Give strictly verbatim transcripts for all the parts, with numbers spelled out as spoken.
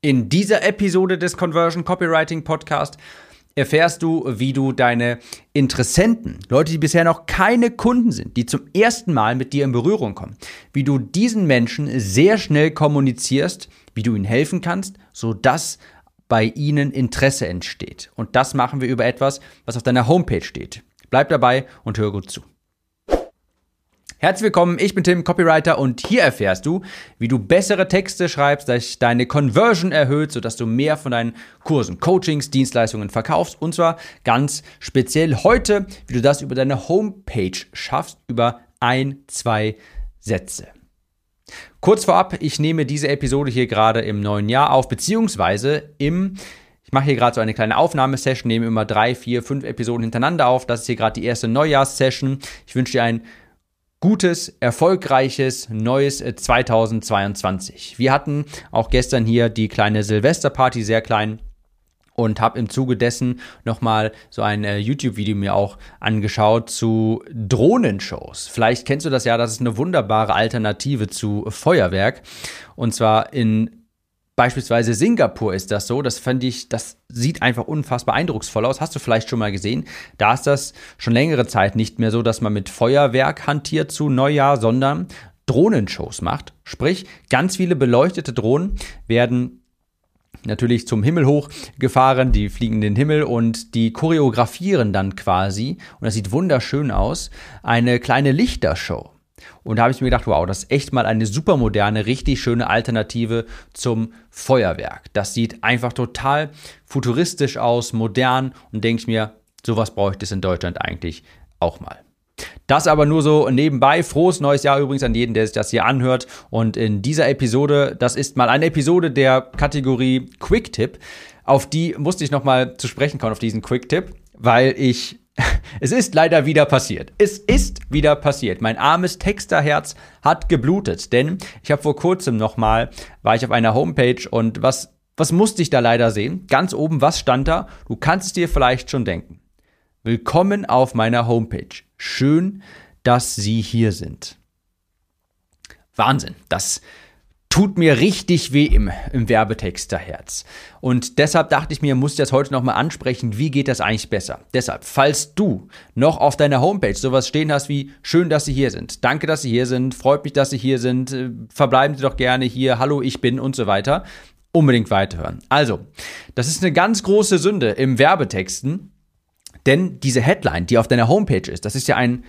In dieser Episode des Conversion Copywriting Podcast erfährst du, wie du deine Interessenten, Leute, die bisher noch keine Kunden sind, die zum ersten Mal mit dir in Berührung kommen, wie du diesen Menschen sehr schnell kommunizierst, wie du ihnen helfen kannst, sodass bei ihnen Interesse entsteht. Und das machen wir über etwas, was auf deiner Homepage steht. Bleib dabei und hör gut zu. Herzlich willkommen, ich bin Tim, Copywriter, und hier erfährst du, wie du bessere Texte schreibst, dass deine Conversion erhöht, sodass du mehr von deinen Kursen, Coachings, Dienstleistungen verkaufst. Und zwar ganz speziell heute, wie du das über deine Homepage schaffst, über ein, zwei Sätze. Kurz vorab, ich nehme diese Episode hier gerade im neuen Jahr auf, beziehungsweise im Ich mache hier gerade so eine kleine Aufnahmesession, nehme immer drei, vier, fünf Episoden hintereinander auf. Das ist hier gerade die erste Neujahrssession. Ich wünsche dir ein gutes, erfolgreiches, neues zweitausendzweiundzwanzig. Wir hatten auch gestern hier die kleine Silvesterparty, sehr klein, und habe im Zuge dessen nochmal so ein äh, YouTube-Video mir auch angeschaut zu Drohnenshows. Vielleicht kennst du das ja, das ist eine wunderbare Alternative zu Feuerwerk. Und zwar in Beispielsweise Singapur ist das so, das fand ich, das sieht einfach unfassbar eindrucksvoll aus. Hast du vielleicht schon mal gesehen? Da ist das schon längere Zeit nicht mehr so, dass man mit Feuerwerk hantiert zu Neujahr, sondern Drohnenshows macht. Sprich, ganz viele beleuchtete Drohnen werden natürlich zum Himmel hochgefahren, die fliegen in den Himmel und die choreografieren dann quasi, und das sieht wunderschön aus, eine kleine Lichtershow. Und da habe ich mir gedacht, wow, das ist echt mal eine super moderne, richtig schöne Alternative zum Feuerwerk. Das sieht einfach total futuristisch aus, modern, und denke ich mir, sowas bräuchte es in Deutschland eigentlich auch mal. Das aber nur so nebenbei. Frohes neues Jahr übrigens an jeden, der sich das hier anhört. Und in dieser Episode, das ist mal eine Episode der Kategorie Quick-Tipp, auf die musste ich nochmal zu sprechen kommen, auf diesen Quick-Tipp, weil ich Es ist leider wieder passiert. Es ist wieder passiert. Mein armes Texterherz hat geblutet, denn ich habe vor kurzem nochmal, war ich auf einer Homepage, und was, was musste ich da leider sehen? Ganz oben, was stand da? Du kannst es dir vielleicht schon denken. Willkommen auf meiner Homepage. Schön, dass Sie hier sind. Wahnsinn. Das tut mir richtig weh im, im Werbetexterherz. Und deshalb dachte ich mir, muss ich das heute nochmal ansprechen, wie geht das eigentlich besser? Deshalb, falls du noch auf deiner Homepage sowas stehen hast wie, schön, dass Sie hier sind, danke, dass Sie hier sind, freut mich, dass Sie hier sind, verbleiben Sie doch gerne hier, hallo, ich bin und so weiter, unbedingt weiterhören. Also, das ist eine ganz große Sünde im Werbetexten, denn diese Headline, die auf deiner Homepage ist, das ist ja ein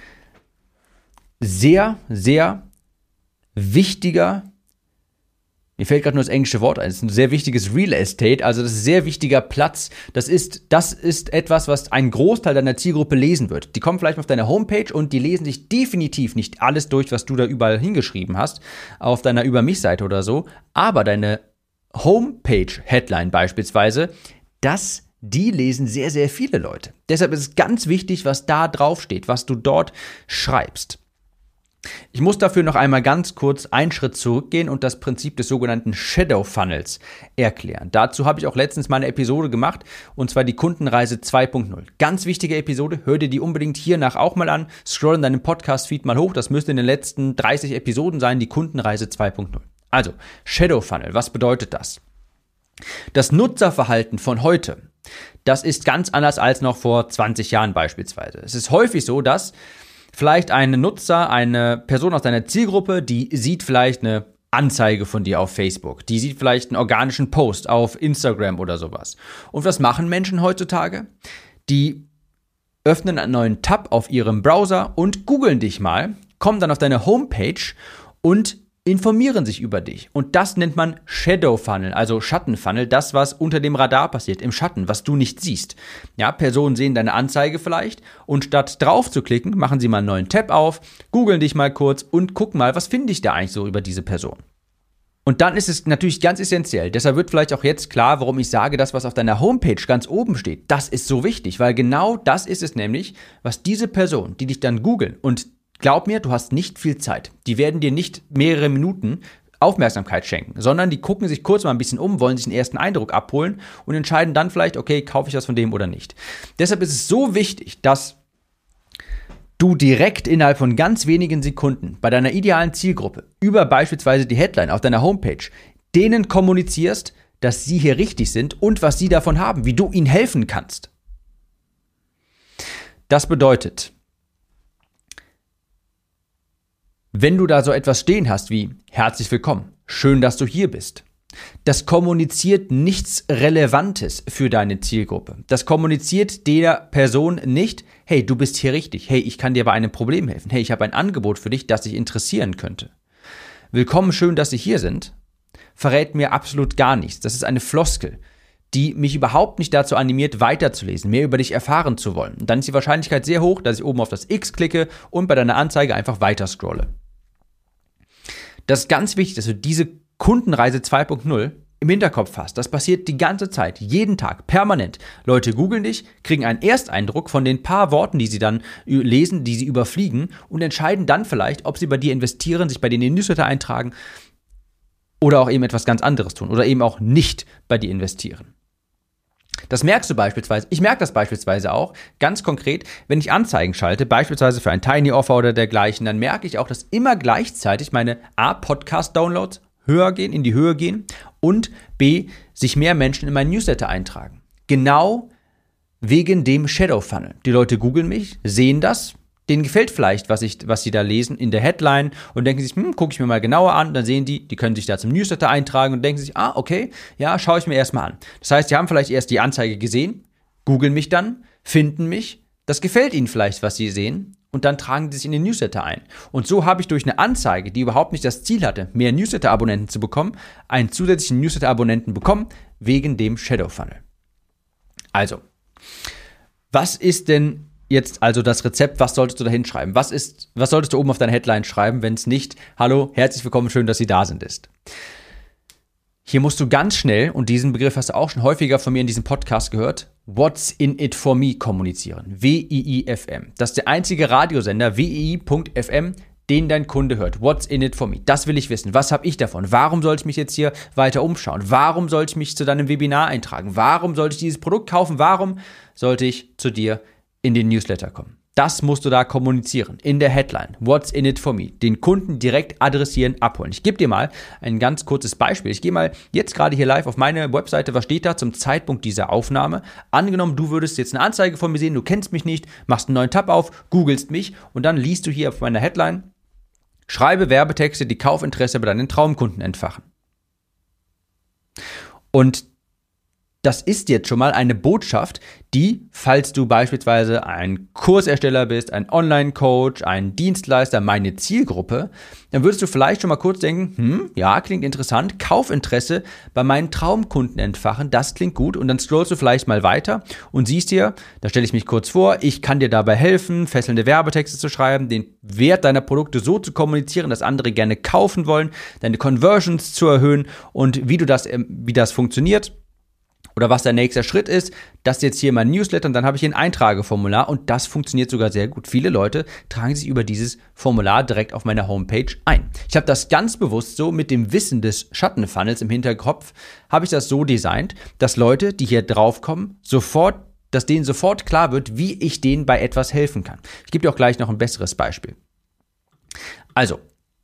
sehr, sehr wichtiger, mir fällt gerade nur das englische Wort ein. Das ist ein sehr wichtiges Real Estate, also das ist ein sehr wichtiger Platz. Das ist, das ist etwas, was ein Großteil deiner Zielgruppe lesen wird. Die kommen vielleicht auf deine Homepage und die lesen sich definitiv nicht alles durch, was du da überall hingeschrieben hast, auf deiner Über mich-Seite oder so. Aber deine Homepage-Headline beispielsweise, das, die lesen sehr, sehr viele Leute. Deshalb ist es ganz wichtig, was da draufsteht, was du dort schreibst. Ich muss dafür noch einmal ganz kurz einen Schritt zurückgehen und das Prinzip des sogenannten Shadow Funnels erklären. Dazu habe ich auch letztens mal eine Episode gemacht, und zwar die Kundenreise zwei Punkt null. Ganz wichtige Episode, hör dir die unbedingt hiernach auch mal an, scroll in deinem Podcast-Feed mal hoch, das müsste in den letzten dreißig Episoden sein, die Kundenreise zwei Punkt null. Also, Shadow Funnel, was bedeutet das? Das Nutzerverhalten von heute, das ist ganz anders als noch vor zwanzig Jahren beispielsweise. Es ist häufig so, dass vielleicht ein Nutzer, eine Person aus deiner Zielgruppe, die sieht vielleicht eine Anzeige von dir auf Facebook, die sieht vielleicht einen organischen Post auf Instagram oder sowas. Und was machen Menschen heutzutage? Die öffnen einen neuen Tab auf ihrem Browser und googeln dich mal, kommen dann auf deine Homepage und informieren sich über dich. Und das nennt man Shadow Funnel, also Schattenfunnel, das, was unter dem Radar passiert, im Schatten, was du nicht siehst. Ja, Personen sehen deine Anzeige vielleicht, und statt drauf zu klicken, machen sie mal einen neuen Tab auf, googeln dich mal kurz und gucken mal, was finde ich da eigentlich so über diese Person. Und dann ist es natürlich ganz essentiell, deshalb wird vielleicht auch jetzt klar, warum ich sage, das, was auf deiner Homepage ganz oben steht, das ist so wichtig, weil genau das ist es nämlich, was diese Person, die dich dann googeln, und glaub mir, du hast nicht viel Zeit. Die werden dir nicht mehrere Minuten Aufmerksamkeit schenken, sondern die gucken sich kurz mal ein bisschen um, wollen sich einen ersten Eindruck abholen und entscheiden dann vielleicht, okay, kaufe ich was von dem oder nicht. Deshalb ist es so wichtig, dass du direkt innerhalb von ganz wenigen Sekunden bei deiner idealen Zielgruppe über beispielsweise die Headline auf deiner Homepage denen kommunizierst, dass sie hier richtig sind und was sie davon haben, wie du ihnen helfen kannst. Das bedeutet, wenn du da so etwas stehen hast wie herzlich willkommen, schön, dass du hier bist, das kommuniziert nichts Relevantes für deine Zielgruppe. Das kommuniziert der Person nicht, hey, du bist hier richtig, hey, ich kann dir bei einem Problem helfen, hey, ich habe ein Angebot für dich, das dich interessieren könnte. Willkommen, schön, dass Sie hier sind, verrät mir absolut gar nichts. Das ist eine Floskel, die mich überhaupt nicht dazu animiert, weiterzulesen, mehr über dich erfahren zu wollen. Und dann ist die Wahrscheinlichkeit sehr hoch, dass ich oben auf das X klicke und bei deiner Anzeige einfach weiter scrolle. Das ist ganz wichtig, dass du diese Kundenreise zwei Punkt null im Hinterkopf hast. Das passiert die ganze Zeit, jeden Tag, permanent. Leute googeln dich, kriegen einen Ersteindruck von den paar Worten, die sie dann lesen, die sie überfliegen und entscheiden dann vielleicht, ob sie bei dir investieren, sich bei dir in den Newsletter eintragen oder auch eben etwas ganz anderes tun oder eben auch nicht bei dir investieren. Das merkst du beispielsweise, ich merke das beispielsweise auch ganz konkret, wenn ich Anzeigen schalte, beispielsweise für ein Tiny Offer oder dergleichen, dann merke ich auch, dass immer gleichzeitig meine A, Podcast-Downloads höher gehen, in die Höhe gehen und B, sich mehr Menschen in meinen Newsletter eintragen. Genau wegen dem Shadow Funnel. Die Leute googeln mich, sehen das, denen gefällt vielleicht, was ich, was sie da lesen in der Headline und denken sich, hm, gucke ich mir mal genauer an, dann sehen die, die können sich da zum Newsletter eintragen und denken sich, ah, okay, ja, schaue ich mir erstmal an. Das heißt, die haben vielleicht erst die Anzeige gesehen, googeln mich dann, finden mich, das gefällt ihnen vielleicht, was sie sehen und dann tragen sie sich in den Newsletter ein. Und so habe ich durch eine Anzeige, die überhaupt nicht das Ziel hatte, mehr Newsletter-Abonnenten zu bekommen, einen zusätzlichen Newsletter-Abonnenten bekommen, wegen dem Shadow Funnel. Also, was ist denn jetzt also das Rezept, was solltest du da hinschreiben? Was ist, was solltest du oben auf deine Headline schreiben, wenn es nicht, hallo, herzlich willkommen, schön, dass Sie da sind, ist? Hier musst du ganz schnell, und diesen Begriff hast du auch schon häufiger von mir in diesem Podcast gehört, What's in it for me kommunizieren. W I I F M. Das ist der einzige Radiosender, W I I Punkt F M, den dein Kunde hört. What's in it for me? Das will ich wissen. Was habe ich davon? Warum soll ich mich jetzt hier weiter umschauen? Warum soll ich mich zu deinem Webinar eintragen? Warum sollte ich dieses Produkt kaufen? Warum sollte ich zu dir in den Newsletter kommen? Das musst du da kommunizieren, in der Headline. What's in it for me? Den Kunden direkt adressieren, abholen. Ich gebe dir mal ein ganz kurzes Beispiel. Ich gehe mal jetzt gerade hier live auf meine Webseite. Was steht da zum Zeitpunkt dieser Aufnahme? Angenommen, du würdest jetzt eine Anzeige von mir sehen, du kennst mich nicht, machst einen neuen Tab auf, googelst mich und dann liest du hier auf meiner Headline, schreibe Werbetexte, die Kaufinteresse bei deinen Traumkunden entfachen. Und das ist jetzt schon mal eine Botschaft, die, falls du beispielsweise ein Kursersteller bist, ein Online-Coach, ein Dienstleister, meine Zielgruppe, dann würdest du vielleicht schon mal kurz denken, hm, ja, klingt interessant, Kaufinteresse bei meinen Traumkunden entfachen, das klingt gut und dann scrollst du vielleicht mal weiter und siehst hier, da stelle ich mich kurz vor, ich kann dir dabei helfen, fesselnde Werbetexte zu schreiben, den Wert deiner Produkte so zu kommunizieren, dass andere gerne kaufen wollen, deine Conversions zu erhöhen und wie du das, wie das funktioniert. Oder was der nächste Schritt ist, das ist jetzt hier mein Newsletter und dann habe ich hier ein Eintrageformular und das funktioniert sogar sehr gut. Viele Leute tragen sich über dieses Formular direkt auf meiner Homepage ein. Ich habe das ganz bewusst so mit dem Wissen des Schattenfunnels im Hinterkopf, habe ich das so designt, dass Leute, die hier draufkommen, sofort, dass denen sofort klar wird, wie ich denen bei etwas helfen kann. Ich gebe dir auch gleich noch ein besseres Beispiel. Also,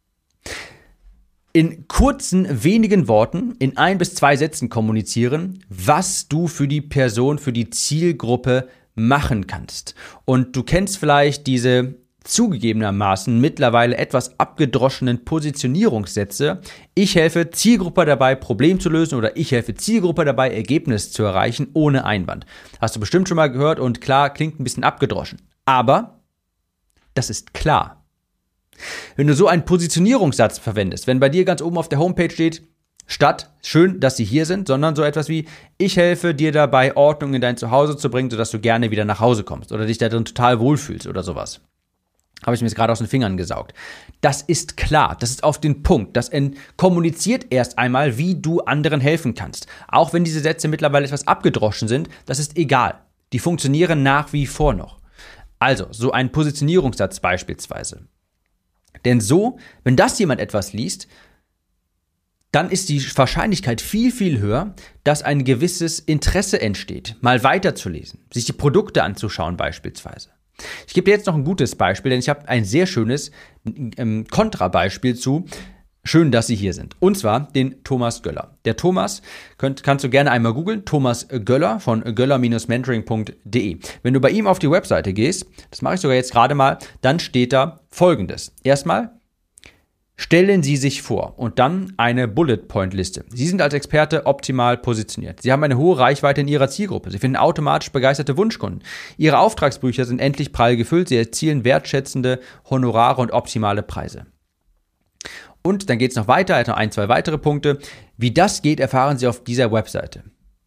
in kurzen, wenigen Worten, in ein bis zwei Sätzen kommunizieren, was du für die Person, für die Zielgruppe machen kannst. Und du kennst vielleicht diese zugegebenermaßen mittlerweile etwas abgedroschenen Positionierungssätze. Ich helfe Zielgruppe dabei, Problem zu lösen oder ich helfe Zielgruppe dabei, Ergebnis zu erreichen ohne Einwand. Hast du bestimmt schon mal gehört und klar, klingt ein bisschen abgedroschen. Aber das ist klar. Wenn du so einen Positionierungssatz verwendest, wenn bei dir ganz oben auf der Homepage steht, statt schön, dass sie hier sind, sondern so etwas wie, ich helfe dir dabei, Ordnung in dein Zuhause zu bringen, sodass du gerne wieder nach Hause kommst oder dich da drin total wohlfühlst oder sowas. Habe ich mir jetzt gerade aus den Fingern gesaugt. Das ist klar, das ist auf den Punkt. Das kommuniziert erst einmal, wie du anderen helfen kannst. Auch wenn diese Sätze mittlerweile etwas abgedroschen sind, das ist egal. Die funktionieren nach wie vor noch. Also, so ein Positionierungssatz beispielsweise. Denn so, wenn das jemand etwas liest, dann ist die Wahrscheinlichkeit viel, viel höher, dass ein gewisses Interesse entsteht, mal weiterzulesen, sich die Produkte anzuschauen beispielsweise. Ich gebe dir jetzt noch ein gutes Beispiel, denn ich habe ein sehr schönes ähm, Kontrabeispiel zu schön, dass Sie hier sind. Und zwar den Thomas Göller. Der Thomas, könnt, kannst du gerne einmal googeln, Thomas Göller von göller Bindestrich mentoring Punkt de. Wenn du bei ihm auf die Webseite gehst, das mache ich sogar jetzt gerade mal, dann steht da Folgendes. Erstmal, stellen Sie sich vor und dann eine Bullet-Point-Liste. Sie sind als Experte optimal positioniert. Sie haben eine hohe Reichweite in Ihrer Zielgruppe. Sie finden automatisch begeisterte Wunschkunden. Ihre Auftragsbücher sind endlich prall gefüllt. Sie erzielen wertschätzende Honorare und optimale Preise. Und dann geht es noch weiter, er hat noch ein, zwei weitere Punkte. Wie das geht, erfahren Sie auf dieser Webseite.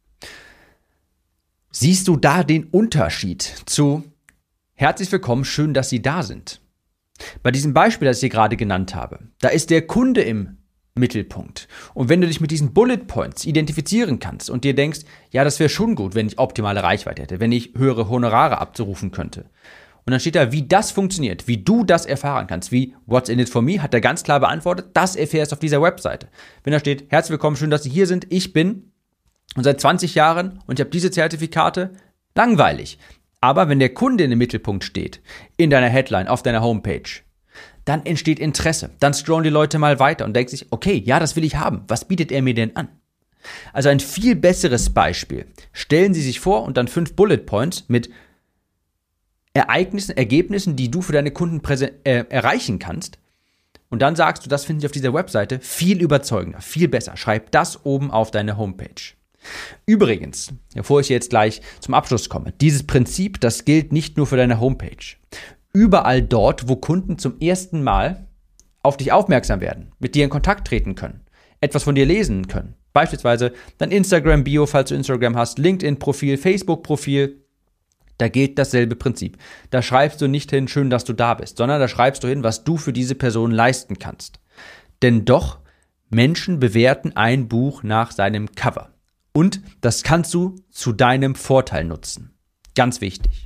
Siehst du da den Unterschied zu herzlich willkommen, schön, dass Sie da sind? Bei diesem Beispiel, das ich hier gerade genannt habe, da ist der Kunde im Mittelpunkt. Und wenn du dich mit diesen Bullet Points identifizieren kannst und dir denkst, ja, das wäre schon gut, wenn ich optimale Reichweite hätte, wenn ich höhere Honorare abzurufen könnte. Und dann steht da, wie das funktioniert, wie du das erfahren kannst, wie What's in it for me, hat er ganz klar beantwortet, das erfährst du auf dieser Webseite. Wenn da steht, herzlich willkommen, schön, dass Sie hier sind, ich bin und seit zwanzig Jahren und ich habe diese Zertifikate, langweilig. Aber wenn der Kunde in dem Mittelpunkt steht, in deiner Headline, auf deiner Homepage, dann entsteht Interesse. Dann scrollen die Leute mal weiter und denken sich, okay, ja, das will ich haben. Was bietet er mir denn an? Also ein viel besseres Beispiel. Stellen Sie sich vor und dann fünf Bullet Points mit Ereignissen, Ergebnissen, die du für deine Kunden präse- äh, erreichen kannst. Und dann sagst du, das finde ich auf dieser Webseite viel überzeugender, viel besser. Schreib das oben auf deine Homepage. Übrigens, bevor ich jetzt gleich zum Abschluss komme, dieses Prinzip, das gilt nicht nur für deine Homepage. Überall dort, wo Kunden zum ersten Mal auf dich aufmerksam werden, mit dir in Kontakt treten können, etwas von dir lesen können, beispielsweise dein Instagram-Bio, falls du Instagram hast, LinkedIn-Profil, Facebook-Profil, da gilt dasselbe Prinzip. Da schreibst du nicht hin, schön, dass du da bist, sondern da schreibst du hin, was du für diese Person leisten kannst. Denn doch, Menschen bewerten ein Buch nach seinem Cover. Und das kannst du zu deinem Vorteil nutzen. Ganz wichtig.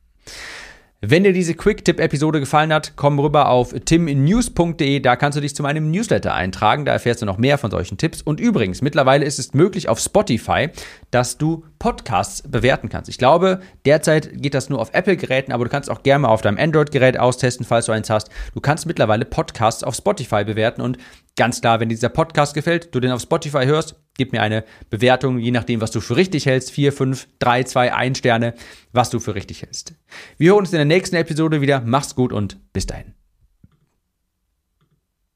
Wenn dir diese Quick-Tip-Episode gefallen hat, komm rüber auf tim news punkt de, da kannst du dich zu meinem Newsletter eintragen, da erfährst du noch mehr von solchen Tipps. Und übrigens, mittlerweile ist es möglich auf Spotify, dass du Podcasts bewerten kannst. Ich glaube, derzeit geht das nur auf Apple-Geräten, aber du kannst auch gerne mal auf deinem Android-Gerät austesten, falls du eins hast. Du kannst mittlerweile Podcasts auf Spotify bewerten und ganz klar, wenn dir dieser Podcast gefällt, du den auf Spotify hörst, gib mir eine Bewertung, je nachdem, was du für richtig hältst. vier, fünf, drei, zwei, eins Sterne, was du für richtig hältst. Wir hören uns in der nächsten Episode wieder. Mach's gut und bis dahin.